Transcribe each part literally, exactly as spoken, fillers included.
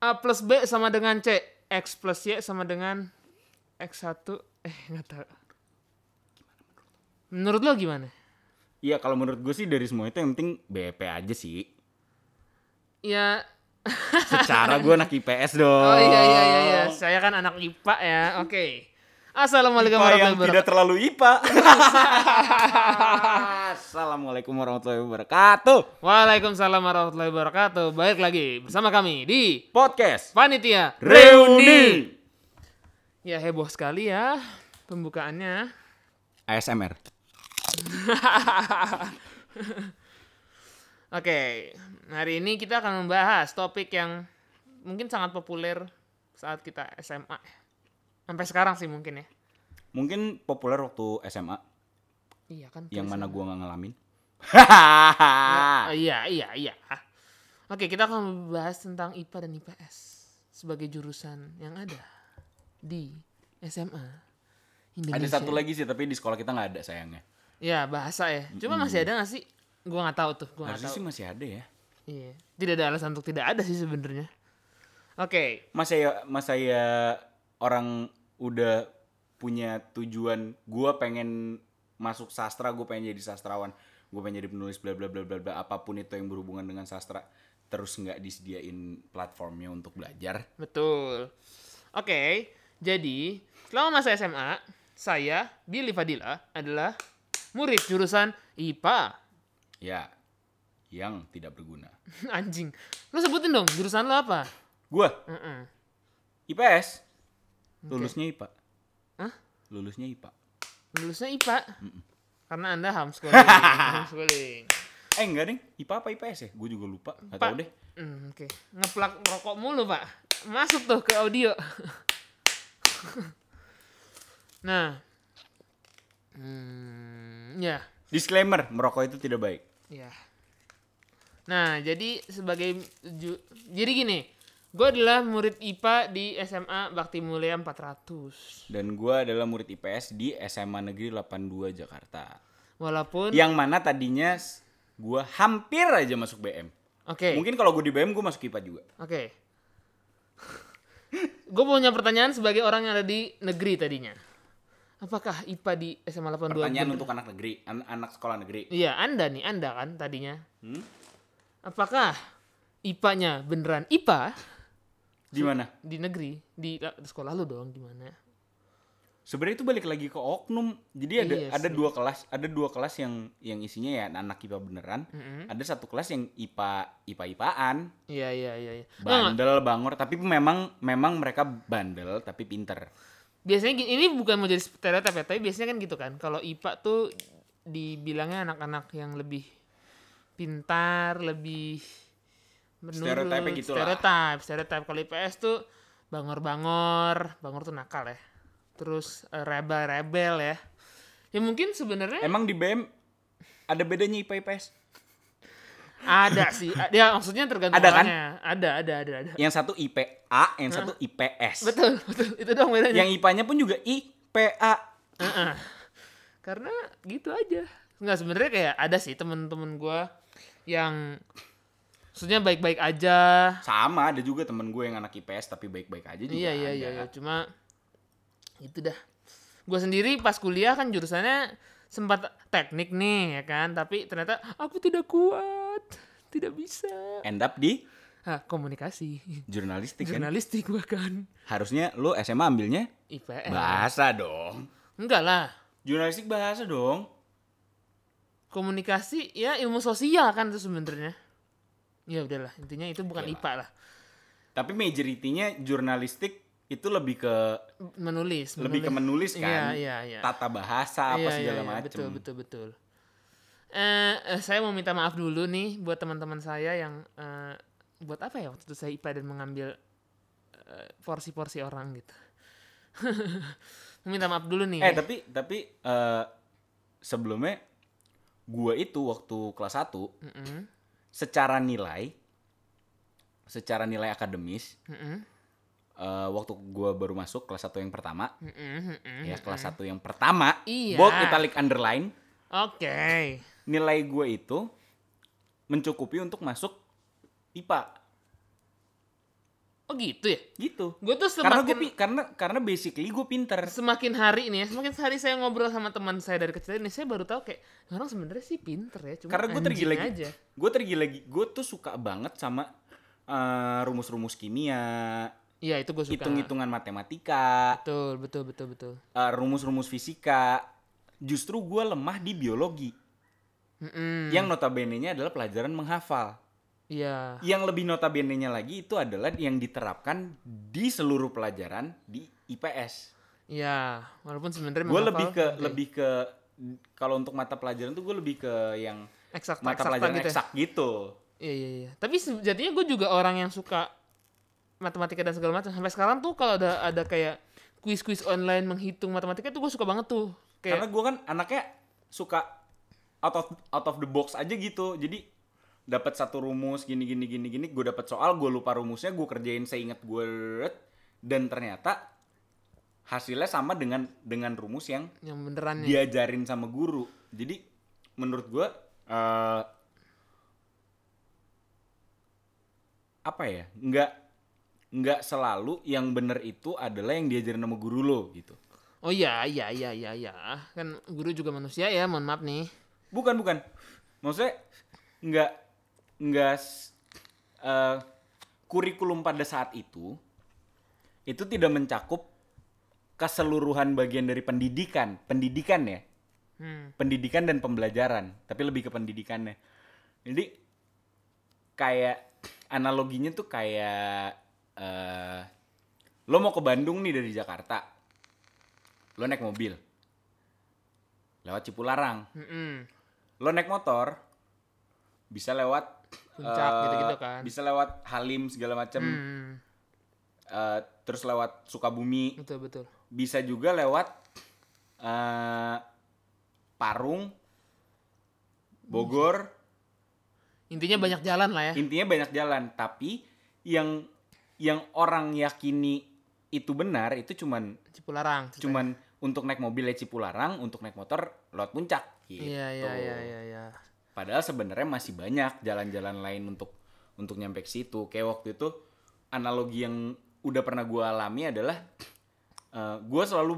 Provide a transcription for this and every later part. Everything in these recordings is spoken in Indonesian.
A plus B sama dengan C, X plus Y sama dengan X satu. Eh nggak tahu. Menurut lo gimana? Iya, kalau menurut gue sih dari semua itu yang penting B P aja sih. Ya. Secara gue anak I P S dong. Oh iya iya iya iya. Saya kan anak I P A ya. Oke. Okay. Assalamualaikum I P A yang warahmatullahi wabarakatuh. tidak terlalu I P A. Assalamualaikum warahmatullahi wabarakatuh. Waalaikumsalam warahmatullahi wabarakatuh. Balik lagi bersama kami di Podcast Panitia Reuni. Ya heboh sekali ya pembukaannya. A S M R. Oke, hari ini kita akan membahas topik yang mungkin sangat populer saat kita S M A. Sampai sekarang sih mungkin ya. Mungkin populer waktu S M A. Iya kan. Yang mana gua nggak ngalamin. Nah, iya iya iya. Oke, kita akan membahas tentang I P A dan I P S sebagai jurusan yang ada di S M A Indonesia. Ada satu lagi sih, tapi di sekolah kita nggak ada sayangnya. Ya bahasa ya. Cuma masih ada nggak sih? Gua nggak tahu tuh. Gua nggak Harusnya tahu. sih masih ada ya. Iya. Tidak ada alasan untuk tidak ada sih sebenarnya. Oke. Mas saya mas saya orang udah punya tujuan, gue pengen masuk sastra, gue pengen jadi sastrawan, gue pengen jadi penulis bla bla bla bla bla, apapun itu yang berhubungan dengan sastra, terus nggak disediain platformnya untuk belajar. Betul. Oke. Jadi selama masa S M A, saya Billy Fadila adalah murid jurusan I P A. Ya, yang tidak berguna. Anjing. Lu sebutin dong jurusan lo apa? Gue Uh-uh. I P S. Lulusnya I P A. Hah? Lulusnya I P A. Lulusnya I P A. Mm-mm. Karena Anda homeschooling. homeschooling. Eh enggak deh, I P A apa I P S ya? Gue juga lupa, enggak tahu deh. Hmm, Oke. Okay. Ngeplak rokok mulu, Pak. Masuk tuh ke audio. Nah. Hmm, ya. Disclaimer, merokok itu tidak baik. Ya. Nah, jadi sebagai ju- jadi gini, gue adalah murid I P A di S M A Bakti Mulia empat ratus. Dan gue adalah murid I P S di S M A Negeri delapan puluh dua Jakarta. Walaupun Yang mana tadinya gue hampir aja masuk B M. Oke. Okay. Mungkin kalau gue di B M gue masuk I P A juga. Oke. Okay. Gue punya pertanyaan sebagai orang yang ada di negeri tadinya. Apakah I P A di S M A delapan puluh dua? Pertanyaan bener? Untuk anak negeri, an- anak sekolah negeri. Iya, Anda nih, Anda kan tadinya. Hmm? Apakah I P A-nya beneran I P A? Di mana? Di negeri, di, di sekolah lu dong, di mana? Sebenarnya itu balik lagi ke oknum. Jadi ada Iya ada sih. dua kelas, ada dua kelas yang yang isinya ya anak I P A beneran. Mm-hmm. Ada Ada satu kelas yang I P A I P A I P A-an. Iya, iya, iya, iya. Bandel, bangor, tapi memang memang mereka bandel tapi pinter. Biasanya gini, ini bukan mau jadi stereotip ya, tapi biasanya kan gitu kan. Kalau I P A tuh dibilangnya anak-anak yang lebih pintar, lebih menurut Stereotipnya gitu lah. Stereotip, stereotip. Kalau I P S tuh bangor-bangor, bangor tuh nakal ya. Terus uh, rebel-rebel ya. Ya mungkin sebenarnya Emang di B M ada bedanya I P A I P S? ada sih. Ya maksudnya tergantung Ada kan? orangnya. Ada, ada, ada, ada. Yang satu I P A, yang satu I P S. Betul, betul. Itu dong bedanya. Yang I P A-nya pun juga I P A. Uh-uh. Karena gitu aja. Enggak, sebenarnya kayak ada sih temen-temen gue yang maksudnya baik-baik aja. Sama, ada juga temen gue yang anak I P S tapi baik-baik aja juga. Iya, iya, ada. iya, iya. Cuma itu dah. Gue sendiri pas kuliah kan jurusannya sempat teknik nih ya kan, tapi ternyata aku tidak kuat, tidak bisa. End up di Hah, komunikasi. jurnalistik kan. Jurnalistik bahkan. Harusnya lu S M A ambilnya I P S. bahasa dong. Enggak lah. Jurnalistik bahasa dong. Komunikasi ya ilmu sosial kan itu sebenarnya. Ya udahlah, intinya itu bukan Yalah. I P A lah. Tapi majority-nya jurnalistik itu lebih ke Menulis, lebih ke menulis kan. Iya, iya, iya. Tata bahasa apa Iya, segala iya, iya. macam. Betul, betul, betul. Eh, eh, saya mau minta maaf dulu nih buat teman-teman saya yang eh, buat apa ya waktu itu saya I P A dan mengambil eh, porsi-porsi orang gitu. Minta maaf dulu nih. Eh tapi tapi uh, sebelumnya gue itu waktu kelas satu Mm-mm. secara nilai secara nilai akademis Mm-mm. uh, waktu gue baru masuk kelas satu yang pertama Mm-mm. Mm-mm. ya kelas satu yang pertama Iya. bold italic underline Oke. Okay. nilai gue itu mencukupi untuk masuk I P A. Oh gitu ya? Gitu. Gue tuh Karena semakin gue karena karena basically gue pinter. semakin hari nih ya, semakin hari saya ngobrol sama teman saya dari kecil ini, saya baru tahu kayak orang sebenarnya sih pinter ya, cuma Karena gue anjing tergila aja. Gue tergila gue tuh suka banget sama uh, rumus-rumus kimia, Iya itu gue suka. hitung-hitungan matematika, Betul betul betul betul. uh, rumus-rumus fisika. Justru gue lemah di biologi. Mm-mm. Yang notabene-nya adalah pelajaran menghafal. Iya. Yang lebih notabene-nya lagi itu adalah yang diterapkan di seluruh pelajaran di I P S. Iya, walaupun sebenarnya Gue lebih ke okay. lebih ke kalau untuk mata pelajaran tuh gue lebih ke yang Eksakta, mata eksakta pelajaran gitu ya? eksak gitu. Iya iya iya. Tapi sejatinya gue juga orang yang suka matematika dan segala macam. Sampai sekarang tuh kalau ada ada kayak kuis-kuis online menghitung matematika tuh gue suka banget tuh. Karena Kayak gue kan anaknya suka out of out of the box aja gitu. Jadi dapat satu rumus gini gini gini gini, gue dapat soal, gue lupa rumusnya, gue kerjain seingat gue, dan ternyata hasilnya sama dengan dengan rumus yang yang beneran diajarin sama guru. Jadi menurut gue uh, apa ya, nggak nggak selalu yang bener itu adalah yang diajarin sama guru lo gitu. Oh iya iya iya iya iya. Kan guru juga manusia ya, mohon maaf nih. Bukan bukan. Maksudnya nggak nggak uh, kurikulum pada saat itu itu tidak mencakup keseluruhan bagian dari pendidikan, pendidikan ya. Hmm. Pendidikan dan pembelajaran, tapi lebih ke pendidikannya. Jadi kayak analoginya tuh kayak uh, lo mau ke Bandung nih dari Jakarta. Lo naik mobil. Lewat Cipularang. Mm-mm. Lo naik motor bisa lewat Puncak uh, gitu-gitu kan. Bisa lewat Halim segala macam. Hmm. Uh, terus lewat Sukabumi. Betul betul. Bisa juga lewat uh, Parung, Bogor. Intinya banyak jalan lah ya. Intinya banyak jalan, tapi yang yang orang yakini itu benar itu cuman Cipularang. Cuman ceritanya. Untuk naik mobil ya Cipularang, untuk naik motor lewat Puncak gitu. Iya iya iya iya iya. Padahal sebenarnya masih banyak jalan-jalan lain untuk untuk nyampe ke situ. Kayak waktu itu analogi yang udah pernah gue alami adalah uh, gue selalu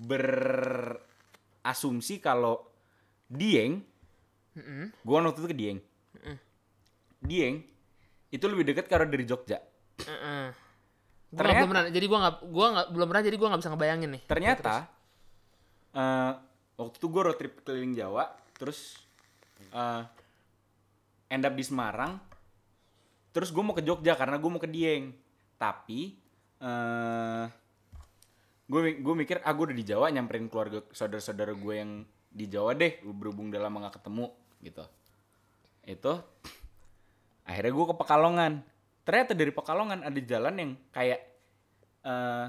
berasumsi kalau Dieng, mm-hmm. gue waktu itu ke Dieng, mm-hmm. Dieng itu lebih dekat karena dari Jogja. Mm-hmm. Gue belum pernah, jadi gue nggak, gue nggak belum pernah, jadi gue nggak bisa ngebayangin nih. Ternyata uh, waktu itu gue road trip keliling Jawa, terus Uh, end up di Semarang, terus gue mau ke Jogja karena gue mau ke Dieng, tapi uh, gue gue mikir ah gue udah di Jawa, nyamperin keluarga saudara-saudara gue yang di Jawa deh, berhubung udah lama nggak ketemu gitu. Itu akhirnya gue ke Pekalongan. Ternyata dari Pekalongan ada jalan yang kayak uh,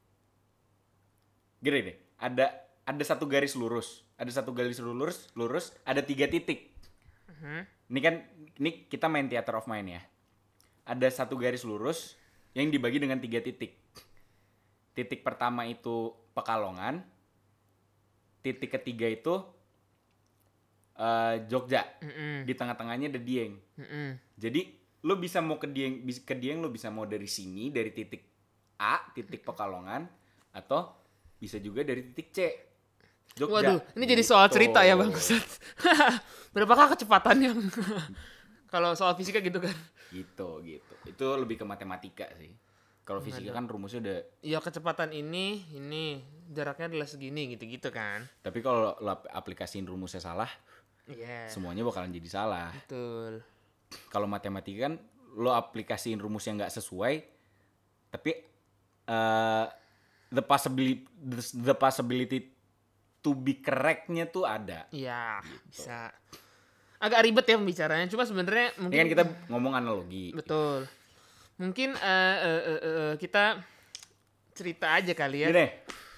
gini deh, ada ada satu garis lurus. Ada satu garis lurus, lurus, ada tiga titik. Uh-huh. Ini kan, ini kita main theater of mind ya. Ada satu garis lurus yang dibagi dengan tiga titik. Titik pertama itu Pekalongan. Titik ketiga itu uh, Jogja. Uh-uh. Di tengah-tengahnya ada Dieng. Uh-uh. Jadi lo bisa mau ke Dieng, ke Dieng lo bisa mau dari sini, dari titik A, titik Pekalongan, atau bisa juga dari titik C. Jogja. Waduh, ini jadi soal cerita ya Bang Ustaz. Berapakah kecepatan yang kalau soal fisika gitu kan? Gitu, gitu. Itu lebih ke matematika sih. Kalau fisika kan rumusnya udah. Iya, kecepatan ini, ini jaraknya adalah segini gitu-gitu kan. Tapi kalau lo aplikasiin rumusnya salah, yeah. semuanya bakalan jadi salah. Betul. Kalau matematika kan lo aplikasiin rumus yang nggak sesuai, tapi uh, the possibility the, the possibility to be correct-nya tuh ada. Iya, gitu. Bisa. Agak ribet ya pembicaranya, cuma sebenarnya mungkin. Ini kan kita ngomong analogi. Betul. Mungkin uh, uh, uh, uh, kita cerita aja kali ya. Gini.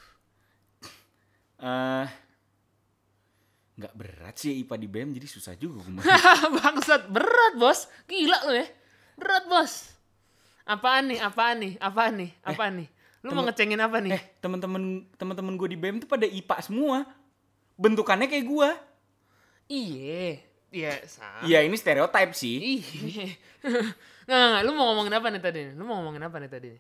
Uh, nggak berat sih I P A di B E M, jadi susah juga. Bangsat, berat bos. Gila lo ya. Berat bos. Apaan nih? Apaan nih? Apaan nih? Apaan nih? Lu Tem- mau ngecengin apa nih? Eh, teman-teman teman-teman gue di B E M tuh pada I P A semua. Bentukannya kayak gue. Iya. Iya, sama. Iya, ini stereotip sih. Iya. Nggak, nggak, lu mau ngomongin apa nih tadi? Lu mau ngomongin apa nih tadi?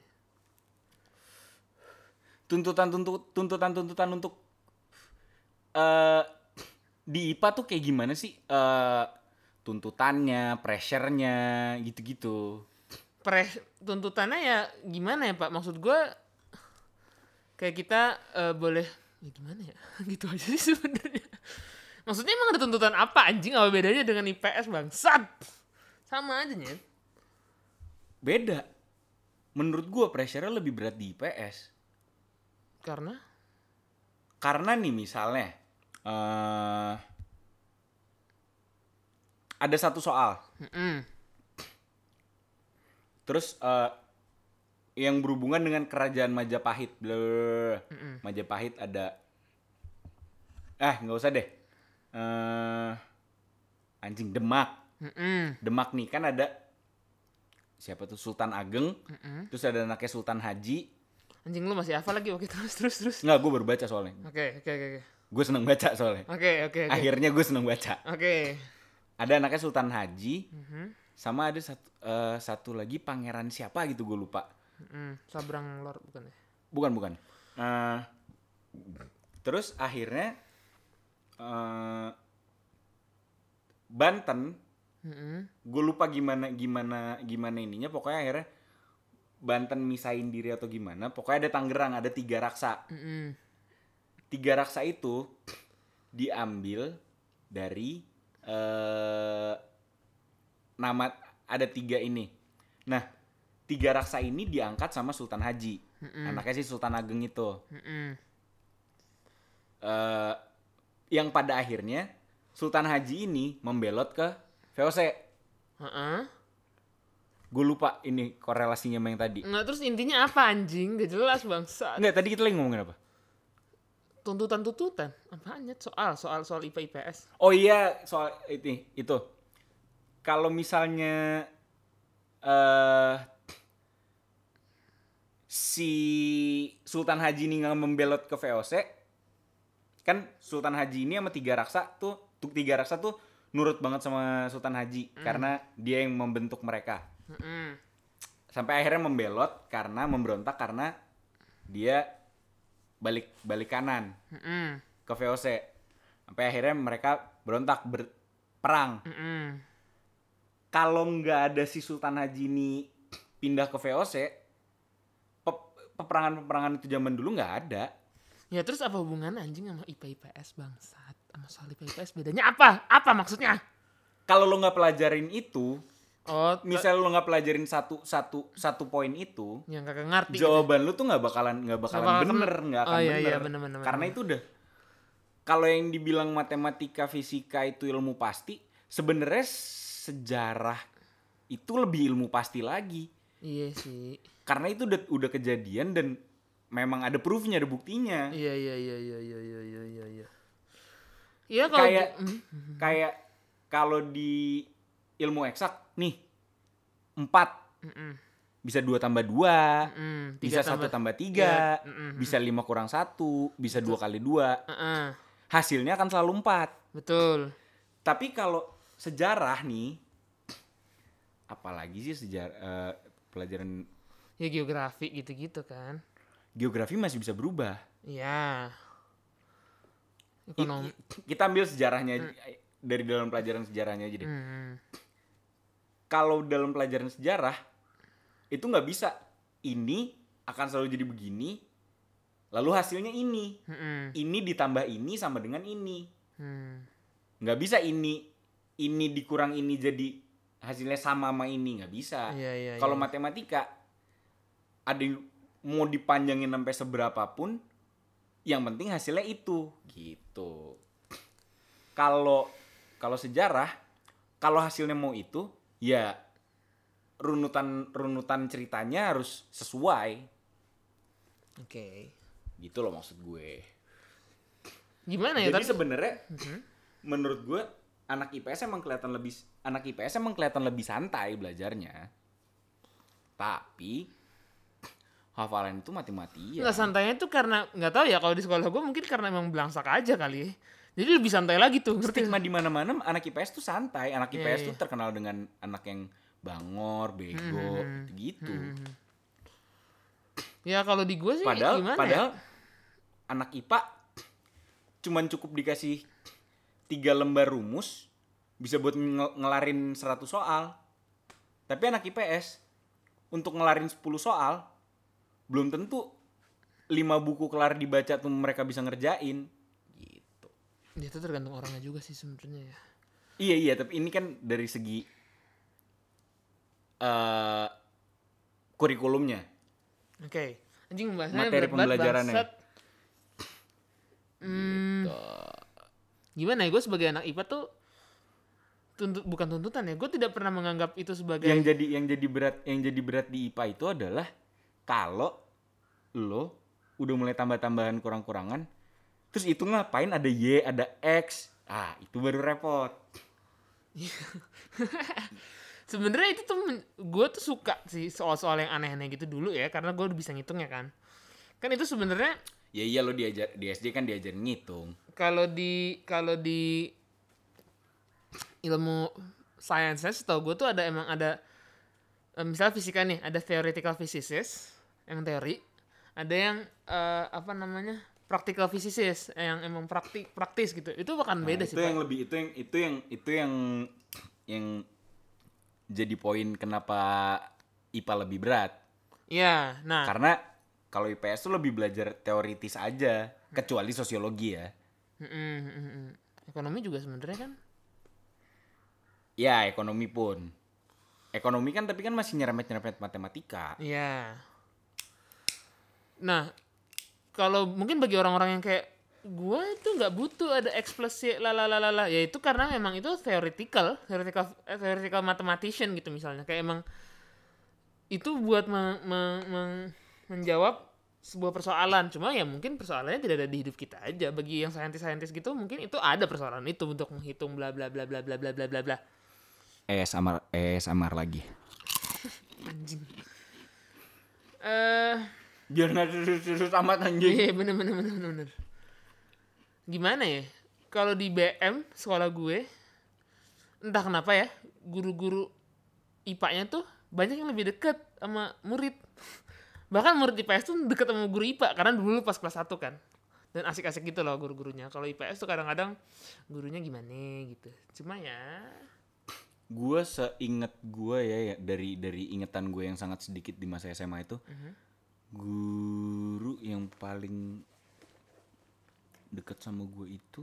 Tuntutan tuntut tuntutan tuntutan untuk uh, di I P A tuh kayak gimana sih? Uh, tuntutannya, pressure-nya, gitu-gitu. Pres tuntutannya ya gimana ya Pak? Maksud gue kayak kita uh, boleh ya gimana ya? Gitu aja sih sebenarnya. Maksudnya emang ada tuntutan apa anjing? Apa bedanya dengan I P S bangsat? Sama aja nyet. Beda. Menurut gue pressure-nya lebih berat di I P S. Karena? Karena nih misalnya uh, ada satu soal. Mm-mm. Terus uh, yang berhubungan dengan kerajaan Majapahit. Blur. Majapahit ada. Eh nggak usah deh. Uh, anjing Demak. Mm-mm. Demak nih kan ada siapa tuh Sultan Ageng. Mm-mm. Terus ada anaknya Sultan Haji. Anjing lu masih hafal lagi? Oke terus terus terus. Nggak, gue baru baca soalnya. Oke oke oke. Gue seneng baca soalnya. Oke oke oke. Akhirnya gue seneng baca. Oke. Ada anaknya Sultan Haji. Mm-hmm. Sama ada satu, uh, satu lagi pangeran siapa gitu gue lupa. Mm, Sabrang Lord bukan ya? Bukan bukan. Uh, terus akhirnya uh, Banten, mm-hmm. gue lupa gimana gimana gimana ininya. Pokoknya akhirnya Banten misahin diri atau gimana. Pokoknya ada Tangerang, ada tiga raksa. Mm-hmm. Tiga raksa itu diambil dari uh, nama ada tiga ini. Nah, tiga raksa ini diangkat sama Sultan Haji. Mm-mm. Anaknya si Sultan Ageng itu. Uh, yang pada akhirnya Sultan Haji ini membelot ke V O C. Uh-uh. Gue lupa ini korelasinya sama yang tadi. Nggak, terus intinya apa anjing? Gak jelas bangsa. Nggak, tadi kita lagi ngomongin apa? Tuntutan-tuntutan. Apaan ya? Soal, soal, soal I P A I P S. Oh iya, soal itu. itu. Kalau misalnya uh, si Sultan Haji ini nggak membelot ke V O C, kan Sultan Haji ini sama tiga raksa tuh, tuh tiga raksa tuh nurut banget sama Sultan Haji mm. karena dia yang membentuk mereka. Mm-mm. Sampai akhirnya membelot karena memberontak karena dia balik balik kanan Mm-mm. ke V O C. Sampai akhirnya mereka berontak berperang. Mm-mm. Kalau nggak ada si Sultan Haji ini pindah ke V O C, pe- peperangan-peperangan itu zaman dulu nggak ada. Ya terus apa hubungan anjing sama I P A I P S bangsat? Sama soal I P A I P S bedanya apa? Apa maksudnya? Kalau lo nggak pelajarin itu, oh, misal lo nggak pelajarin satu satu satu poin itu, yang kagak ngerti. Jawaban gitu. Lo tuh nggak bakalan nggak bakalan gak bener, nggak akan oh, iya, bener. Iya, bener, bener. Karena itu udah. Kalau yang dibilang matematika, fisika itu ilmu pasti, sebenarnya sejarah itu lebih ilmu pasti lagi. Iya sih. Karena itu udah udah kejadian dan memang ada proofnya, ada buktinya. Iya iya iya iya iya iya iya iya. Iya Iya kalau kayak di, kayak kalau di ilmu eksak nih empat mm-mm. bisa dua tambah dua, mm-mm. bisa satu tambah tiga, ya. Bisa lima kurang satu, bisa dua kali dua. Uh-uh. Hasilnya akan selalu empat. Betul. Tapi kalau sejarah nih, apalagi sih sejarah uh, pelajaran ya geografi gitu-gitu kan. Geografi masih bisa berubah. Iya. Ekonomi. Kita ambil sejarahnya mm. dari dalam pelajaran sejarahnya aja deh. Mm. Kalau dalam pelajaran sejarah itu nggak bisa ini akan selalu jadi begini, lalu hasilnya ini, mm. ini ditambah ini sama dengan ini. Mm. Nggak bisa ini ini dikurang ini jadi hasilnya sama sama ini, nggak bisa. Iya, iya, kalau iya. matematika ada yang mau dipanjangin sampai seberapa pun, yang penting hasilnya itu gitu. Kalau kalau sejarah, kalau hasilnya mau itu, ya runutan runutan ceritanya harus sesuai. Oke. Okay. Gitu loh maksud gue. Gimana ya? Jadi tapi... sebenarnya uh-huh. menurut gue anak I P S emang kelihatan lebih anak I P S emang kelihatan lebih santai belajarnya. Tapi hafalan itu mati-matian. Nggak santainya tuh karena nggak tahu ya, kalau di sekolah gue mungkin karena emang belangsak aja kali. Jadi lebih santai lagi tuh. Stigma di mana-mana anak I P S tuh santai. Anak I P S yeah, tuh yeah. terkenal dengan anak yang bangor, bego, hmm. gitu. Hmm. Ya kalau di gue sih padahal, gimana padahal ya? Anak I P A cuman cukup dikasih tiga lembar rumus bisa buat ng- ngelarin seratus soal. Tapi anak I P S untuk ngelarin sepuluh soal belum tentu lima buku kelar dibaca tuh mereka bisa ngerjain gitu. Ya itu tergantung orangnya juga sih sebenarnya ya. Iya iya, tapi ini kan dari segi uh, kurikulumnya. Oke, okay. Anjing bahasanya materi pembelajarannya. Hmm, gitu. Gimana ya, gue sebagai anak I P A tuh tuntut bukan tuntutan ya, gue tidak pernah menganggap itu sebagai yang jadi yang jadi berat yang jadi berat di I P A itu adalah kalau lo udah mulai tambah-tambahan kurang-kurangan, terus itu ngapain ada Y ada X, ah itu baru repot. Sebenarnya itu tuh gue tuh suka sih soal-soal yang aneh-aneh gitu dulu ya, karena gue udah bisa ngitung ya kan. Kan itu sebenarnya ya iya lo diajar di S D kan diajarin ngitung. Kalau di kalau di ilmu science setahu gue tuh ada emang ada misalnya fisika nih, ada theoretical physicist yang teori, ada yang uh, apa namanya practical physicist yang emang praktik praktis gitu. Itu bahkan nah, beda itu sih. Itu yang Pak. lebih itu yang itu yang itu yang yang jadi poin kenapa I P A lebih berat. Iya, nah. Karena kalau I P S tuh lebih belajar teoritis aja, kecuali sosiologi ya. Mm-mm. Ekonomi juga sebenarnya kan? Ya, ekonomi pun. Ekonomi kan tapi kan masih nyerempet-nyerempet matematika. Iya. Nah, kalau mungkin bagi orang-orang yang kayak gue itu nggak butuh ada X plus Y lalalala, ya itu karena memang itu theoretical, theoretical, theoretical mathematician gitu misalnya. Kayak emang itu buat me- me- me- menjawab sebuah persoalan, cuma ya mungkin persoalannya tidak ada di hidup kita aja. Bagi yang saintis-saintis gitu mungkin itu ada persoalan itu untuk menghitung bla bla bla bla bla bla bla bla bla. Eh samar eh samar lagi. Anjing. Eh, biar nggak terus-terus amat anjing. Iya bener bener bener bener. Gimana ya? Kalau di B M sekolah gue, entah kenapa ya, guru-guru I P A-nya tuh banyak yang lebih deket sama murid. Bahkan murid I P S tuh deket sama guru I P A, karena dulu pas kelas satu kan. Dan asik-asik gitu loh guru-gurunya. Kalau I P S tuh kadang-kadang gurunya gimana gitu. Cuma ya gue seinget gue ya, ya dari dari ingetan gue yang sangat sedikit di masa S M A itu, uh-huh. guru yang paling deket sama gue itu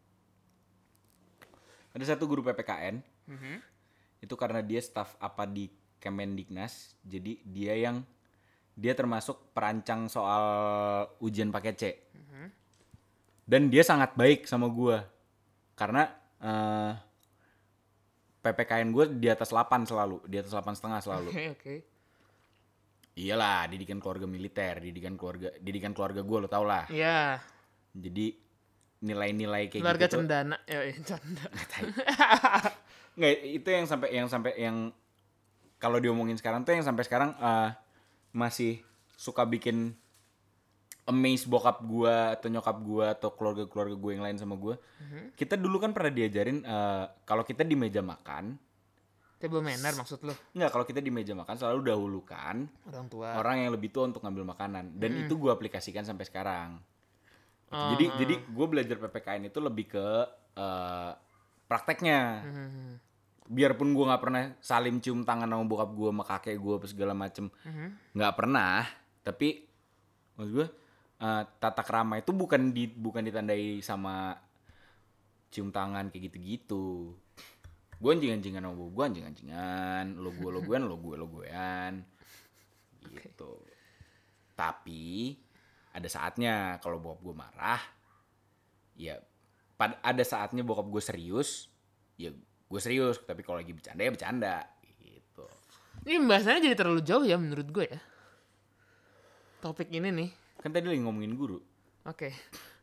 ada satu guru P P K N. Uh-huh. Itu karena dia staf apa di Kemendiknas, jadi dia yang dia termasuk perancang soal ujian paket C. Uh-huh. Dan dia sangat baik sama gue karena uh, P P K N gue di atas delapan selalu, di atas delapan setengah selalu. Oke, okay, oke. Okay. Iyalah, didikan keluarga militer, didikan keluarga, didikan keluarga gue lo tau lah. Iya. Yeah. Jadi nilai-nilai kayak keluarga gitu. Keluarga cendana, ya canda. Nggak, itu yang sampai yang sampai yang kalau diomongin sekarang tuh yang sampai sekarang uh, masih suka bikin amaze bokap gue atau nyokap gue atau keluarga-keluarga gue yang lain sama gue. Uh-huh. Kita dulu kan pernah diajarin uh, kalau kita di meja makan, table manner maksud lo? Enggak, kalau kita di meja makan selalu dahulukan orang tua, orang yang lebih tua untuk ngambil makanan. Dan uh-huh. itu gue aplikasikan sampai sekarang. Gitu. Uh-huh. Jadi jadi gue belajar P P K N itu lebih ke uh, prakteknya. Uh-huh. Biarpun gue nggak pernah salim cium tangan sama bokap gue sama kakek gue apa segala macem, nggak uh-huh. pernah. Tapi maksud gue Uh, tata krama itu bukan di bukan ditandai sama cium tangan kayak gitu-gitu. Gue anjing-anjingan sama gue anjing-anjingan, lo gue lo guean lo gue lo guean gitu. Okay. Tapi ada saatnya kalau bokap gue marah, ya pad- ada saatnya bokap gue serius, ya gue serius. Tapi kalau lagi bercanda ya bercanda gitu. Ini bahasanya jadi terlalu jauh ya menurut gue ya. Topik ini nih. Kan tadi lagi ngomongin guru. Oke. Okay.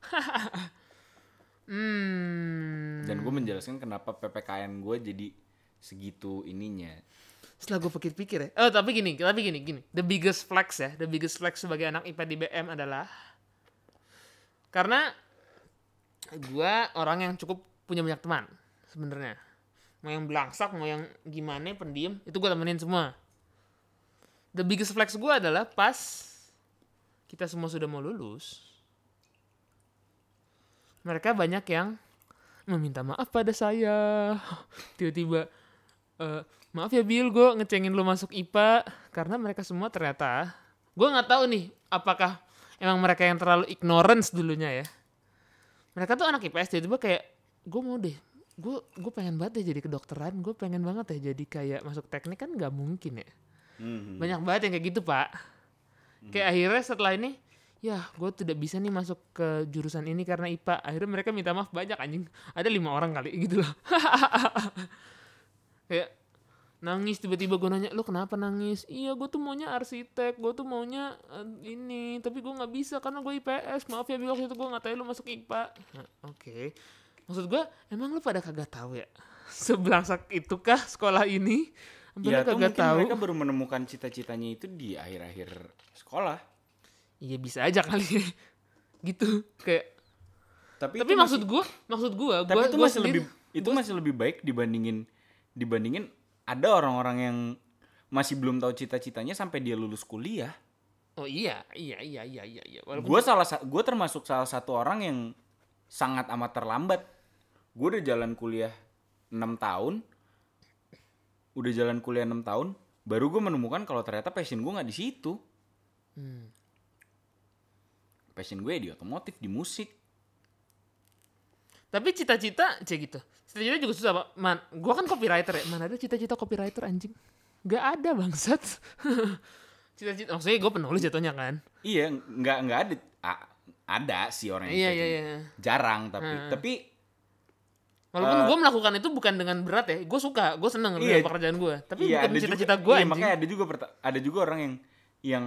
hmm. Dan gue menjelaskan kenapa P P K N gue jadi segitu ininya. Setelah gue pikir-pikir ya. Oh tapi gini, tapi gini, gini. The biggest flex ya, the biggest flex sebagai anak I P A di B M adalah karena gue orang yang cukup punya banyak teman sebenarnya. Mau yang belangsak, mau yang gimana, pendiam, itu gue temenin semua. The biggest flex gue adalah pas kita semua sudah mau lulus, mereka banyak yang meminta maaf pada saya. Tiba-tiba, e, maaf ya Bill, gue ngecengin lo masuk I P A. Karena mereka semua ternyata, gue gak tahu nih apakah emang mereka yang terlalu ignorance dulunya ya. Mereka tuh anak I P S, tiba-tiba kayak, gue mau deh, gue gue pengen banget deh jadi kedokteran, gue pengen banget deh jadi kayak masuk teknik, kan gak mungkin ya. Mm-hmm. Banyak banget yang kayak gitu pak. Mm-hmm. Kayak akhirnya setelah ini, ya gue tidak bisa nih masuk ke jurusan ini karena I P A. Akhirnya mereka minta maaf banyak anjing. Ada lima orang kali gitu loh. Kayak nangis tiba-tiba, gue nanya, lo kenapa nangis? Iya gue tuh maunya arsitek, gue tuh maunya uh, ini, tapi gue nggak bisa karena gue I P S. Maaf ya waktu itu gue nggak tahu lo masuk I P A. Nah, oke, okay. Maksud gue emang lo pada kagak tahu ya sebelangsak itukah sekolah ini? Ya tuh mungkin tahu. Mereka baru menemukan cita-citanya itu di akhir-akhir sekolah. Iya bisa aja kali ya. Gitu kayak. Tapi, tapi maksud gue, maksud gue, tapi gua, itu gua masih sendiri, lebih, itu gua, masih lebih baik dibandingin, dibandingin ada orang-orang yang masih belum tahu cita-citanya sampai dia lulus kuliah. Oh iya, iya, iya, iya, iya. iya. Gue salah, gue termasuk salah satu orang yang sangat amat terlambat. Gue udah jalan kuliah enam tahun, udah jalan kuliah enam tahun, baru gue menemukan kalau ternyata passion gue nggak di situ. Hmm. Passion gue di otomotif, di musik. Tapi cita-cita, cek gitu. Cita-cita juga susah, Pak. Man, gue kan copywriter ya. Mana ada cita-cita copywriter anjing? Gak ada bangsat. Cita-cita, maksudnya gue penulis jatuhnya kan? Iya, nggak nggak ada. A- ada sih orang yang iya, iya, iya. Jarang tapi, hmm. tapi. Walaupun uh, gue melakukan itu bukan dengan berat ya. Gue suka, gue seneng iya, dengan pekerjaan gue. Tapi iya, bukan cita-cita gue iya, anjing. Makanya ada juga ada juga orang yang yang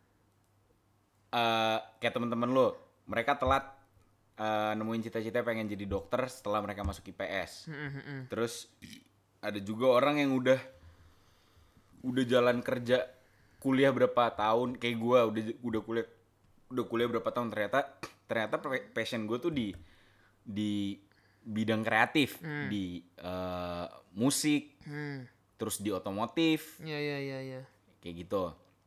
uh, kayak teman-teman lo, mereka telat. Uh, nemuin cita-cita pengen jadi dokter setelah mereka masuk I P S. Mm-hmm. Terus ada juga orang yang udah udah jalan kerja kuliah berapa tahun kayak gue, udah udah kuliah udah kuliah berapa tahun, ternyata ternyata passion gue tuh di di bidang kreatif, mm. di uh, musik, mm. terus di otomotif. Iya iya iya iya. Kayak gitu.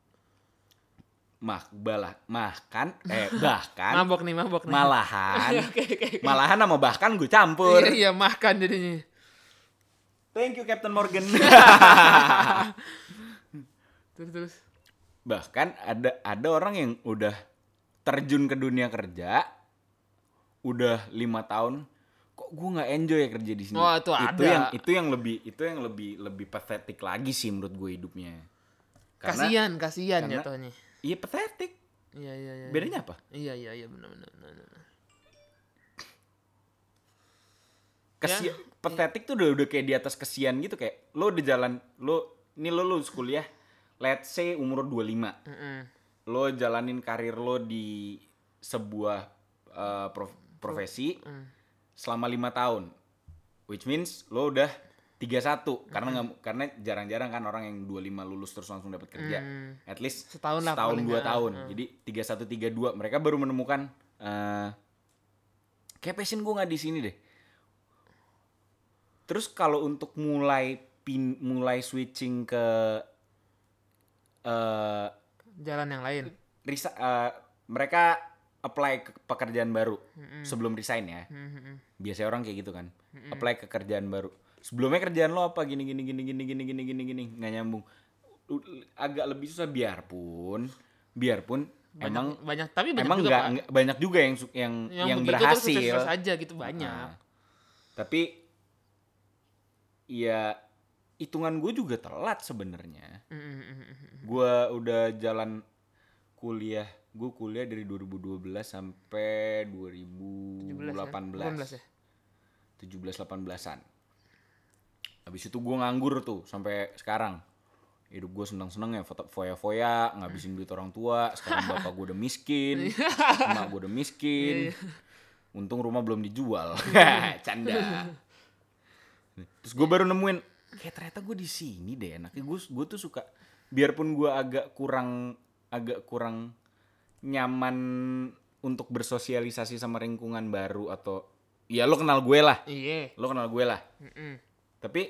Mah balah makan eh bahkan mabok nih mabok nih malahan okay, okay, okay. malahan sama bahkan gue campur. Iya iya makan jadinya. Thank you Captain Morgan. terus terus bahkan ada ada orang yang udah terjun ke dunia kerja udah lima tahun, kok gue nggak enjoy ya kerja di sini. Oh, itu, itu ada. yang itu yang lebih itu yang lebih lebih pathetic lagi sih menurut gue hidupnya. Karena, kasian kasian jatuhnya. Iya pathetic. Iya iya iya. Bedanya apa? Iya iya iya benar benar benar. Kasian, ya, pathetic iya. Tuh udah udah kayak di atas kesian gitu, kayak lo udah jalan, lo ini lo lulus kuliah, let's say umur dua puluh lima. Mm-hmm. Lo jalanin karir lo di sebuah uh, prof, profesi mm. selama lima tahun. Which means lo udah tiga puluh satu mm-hmm. karena nggak karena jarang-jarang kan orang yang dua puluh lima lulus terus langsung dapat kerja. Mm. At least setahun, setahun dua tahun. Mm. Jadi tiga puluh satu tiga puluh dua mereka baru menemukan uh, kayak passion gue nggak di sini deh. Terus kalau untuk mulai pin mulai switching ke uh, jalan yang lain, risa, uh, mereka apply ke pekerjaan baru mm-hmm. sebelum resign ya. Mm-hmm. Biasanya orang kayak gitu kan, mm-hmm. apply ke kerjaan baru. Sebelumnya kerjaan lo apa gini gini gini gini gini gini gini gini nggak nyambung, agak lebih susah biarpun biarpun banyak, emang banyak tapi banyak emang juga gak, gak, banyak juga yang yang yang, yang berhasil terus aja gitu banyak. Nah, tapi ya hitungan gue juga telat sebenarnya. Mm-hmm. Gue udah jalan kuliah, gue kuliah dari dua ribu dua belas sampai dua ribu delapan belas. Ya? tujuh belas delapan belasan. Habis itu gue nganggur tuh sampai sekarang. Hidup gue senang-senang ya, foya-foya, ngabisin duit orang tua. Sekarang bapak gue udah miskin, emak gue udah miskin. Untung rumah belum dijual. Canda. Terus gue baru nemuin, kayak ternyata gue di sini deh enaknya. Gue gue tuh suka, biarpun gue agak kurang agak kurang nyaman untuk bersosialisasi sama lingkungan baru atau ya lo kenal gue lah. Iya. Lo kenal gue lah. Mm-mm. Tapi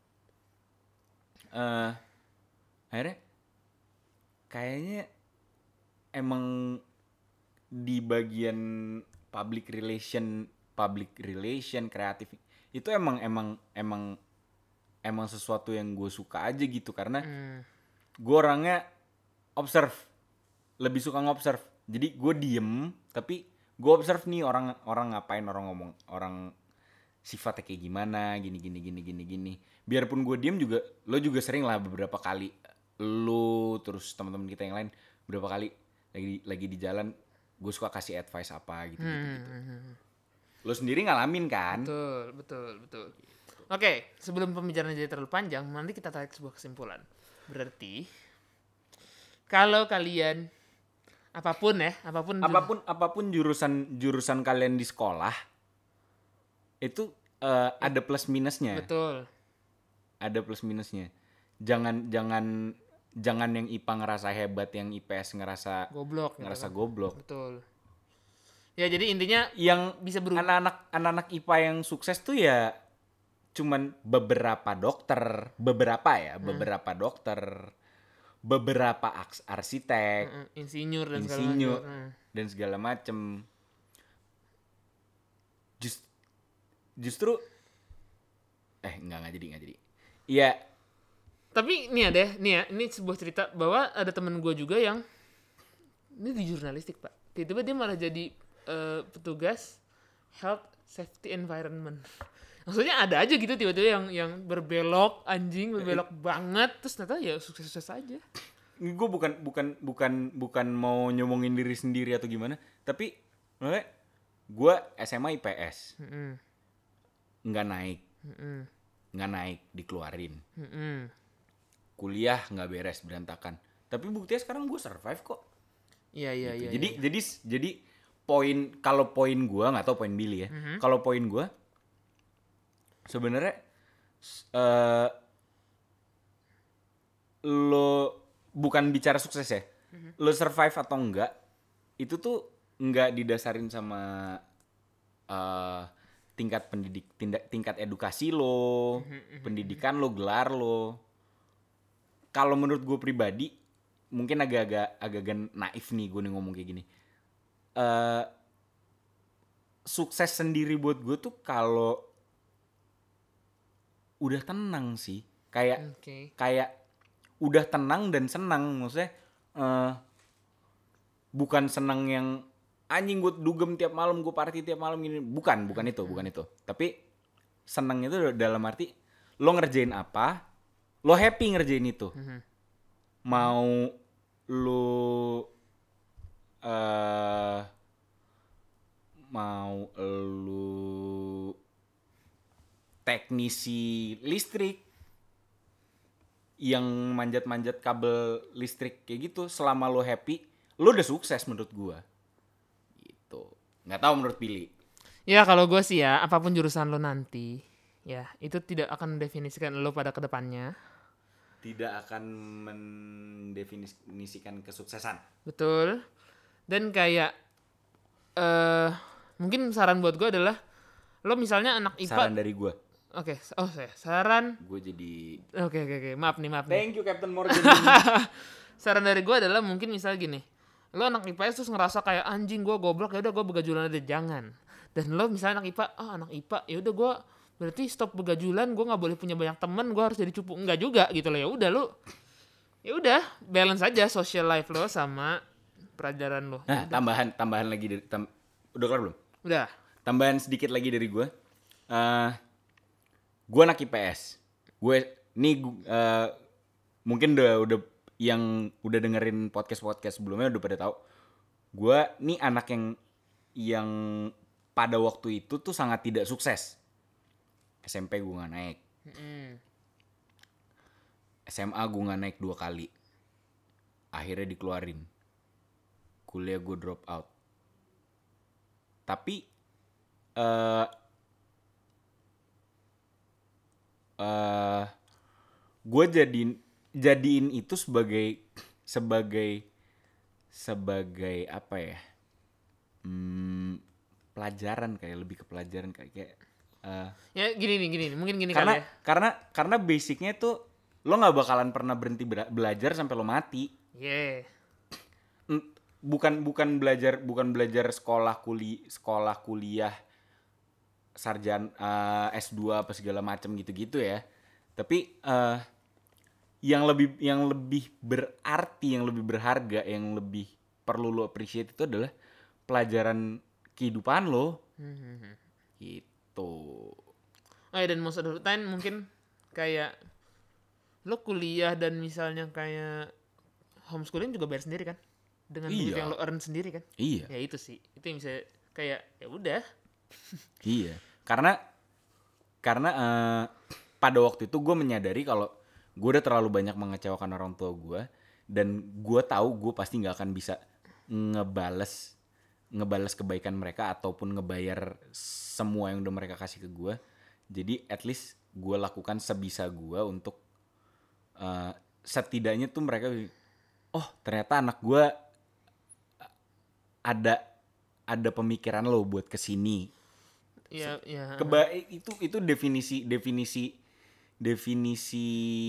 uh, akhirnya kayaknya emang di bagian public relation, public relation, kreatif itu emang emang emang emang sesuatu yang gue suka aja gitu karena mm. gue orangnya observe, lebih suka ngobserve. Jadi gue diem tapi gue observe nih orang orang ngapain, orang ngomong, orang sifatnya kayak gimana, gini gini gini gini gini. Biarpun gue diem juga, lo juga sering lah beberapa kali, lo terus teman-teman kita yang lain beberapa kali lagi lagi di jalan, gue suka kasih advice apa gitu gitu. gitu. Hmm. Lo sendiri ngalamin kan? Betul betul betul. Oke, sebelum pembicaraan jadi terlalu panjang, nanti kita tarik sebuah kesimpulan. Berarti kalau kalian apapun ya, apapun apapun jur- apapun jurusan jurusan kalian di sekolah itu uh, ada plus minusnya. Betul. Ada plus minusnya. Jangan jangan jangan yang I P A ngerasa hebat, yang I P S ngerasa goblok, ngerasa gitu. goblok. Betul. Ya jadi intinya yang bisa berubah. Anak-anak anak-anak I P A yang sukses tuh ya cuman beberapa dokter, beberapa ya, hmm. beberapa dokter, beberapa arsitek, hmm, insinyur dan insinyur segala macam. dan segala macem. Just, justru, eh enggak enggak jadi enggak jadi. Iya. Tapi nih ada, nih ya, ini sebuah cerita bahwa ada temen gue juga yang ini di jurnalistik pak. Tiba-tiba dia malah jadi uh, petugas health safety environment. Maksudnya ada aja gitu tiba-tiba yang yang berbelok anjing berbelok eh, banget terus ternyata ya sukses-sukses aja. Gue bukan bukan bukan bukan mau nyomongin diri sendiri atau gimana, tapi maksudnya gue S M A I P S mm-hmm. nggak naik, mm-hmm. nggak naik dikeluarin, mm-hmm. kuliah nggak beres berantakan, tapi buktinya sekarang gue survive kok. Iya iya gitu. iya. Jadi ya. jadi jadi poin kalau poin gue nggak tahu poin Billy ya, mm-hmm. kalau poin gue sebenarnya uh, lo bukan bicara sukses ya, mm-hmm. lo survive atau enggak itu tuh enggak didasarin sama uh, tingkat pendidik tindak, tingkat edukasi lo, mm-hmm. pendidikan lo, gelar lo. Kalau menurut gue pribadi mungkin agak-agak agak-agak naif nih gue nih ngomong kayak gini. Uh, sukses sendiri buat gue tuh kalau udah tenang sih, kayak okay. kayak udah tenang dan senang, maksudnya uh, bukan senang yang anjing gue dugem tiap malam, gue party tiap malam gini, bukan, bukan itu, bukan itu. Tapi senang itu dalam arti lo ngerjain apa, lo happy ngerjain itu. Mm-hmm. Mau lo uh, mau lo teknisi listrik yang manjat-manjat kabel listrik kayak gitu, selama lo happy, lo udah sukses menurut gua. Gitu. Nggak tahu menurut Billy. Ya kalau gua sih ya, apapun jurusan lo nanti, ya itu tidak akan mendefinisikan lo pada kedepannya. Tidak akan mendefinisikan kesuksesan. Betul. Dan kayak, uh, mungkin saran buat gua adalah, lo misalnya anak I P A. Saran dari gua. Oke, okay. oh saya saran. Gue jadi. Oke okay, oke okay, oke, maaf nih maaf nih. Thank you Captain Morgan. Saran dari gue adalah mungkin misalnya gini, lo anak I P S terus ngerasa kayak anjing gue goblok, ya udah gue begajulan aja, jangan. Dan lo misalnya anak I P A, ah oh, anak I P A, ya udah gue berarti stop begajulan, gue nggak boleh punya banyak teman, gue harus jadi cupu, enggak juga gitu loh. Ya udah lo, ya udah balance aja social life lo sama pelajaran lo. Nah, tambahan tambahan lagi dari tam, udah kelar belum? Udah. Tambahan sedikit lagi dari gue. Uh, gue anak I P S. Gue nih uh, mungkin udah udah yang udah dengerin podcast-podcast sebelumnya udah pada tahu. Gue nih anak yang yang pada waktu itu tuh sangat tidak sukses. S M P gue nggak naik. Mm-hmm. S M A gue nggak naik dua kali. Akhirnya dikeluarin. Kuliah gue drop out. Tapi uh, Uh, gue jadiin jadiin itu sebagai sebagai sebagai apa ya, hmm, pelajaran kayak lebih ke pelajaran kayak kayak uh, ya gini nih gini nih mungkin gini karena kali ya. karena karena basicnya tuh lo nggak bakalan pernah berhenti bela- belajar sampai lo mati. Yeah. bukan bukan belajar bukan belajar sekolah kuli sekolah kuliah sarjana uh, S dua apa segala macam gitu-gitu ya, tapi uh, yang lebih yang lebih berarti, yang lebih berharga, yang lebih perlu lo appreciate itu adalah pelajaran kehidupan lo. Hmm. Gitu. Oh ya, dan most of the time mungkin kayak lo kuliah dan misalnya kayak homeschooling juga bayar sendiri kan, dengan duit Iya. yang lo earn sendiri kan. Iya. Ya itu sih, itu yang bisa kayak ya udah. Iya, karena karena uh, pada waktu itu gue menyadari kalau gue udah terlalu banyak mengecewakan orang tua gue, dan gue tahu gue pasti nggak akan bisa ngebales ngebales kebaikan mereka ataupun ngebayar semua yang udah mereka kasih ke gue. Jadi at least gue lakukan sebisa gue untuk uh, setidaknya tuh mereka, oh ternyata anak gue ada ada pemikiran lo buat kesini. Ya, ya. Keba itu itu definisi definisi definisi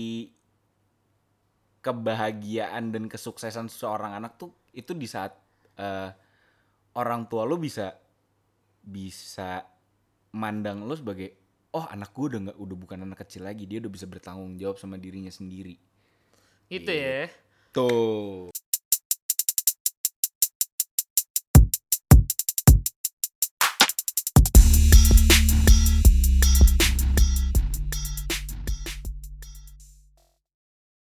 kebahagiaan dan kesuksesan seorang anak tuh itu di saat uh, orang tua lo bisa bisa mandang lo sebagai, oh anak gue udah nggak udah bukan anak kecil lagi, dia udah bisa bertanggung jawab sama dirinya sendiri. Itu ya. Tuh.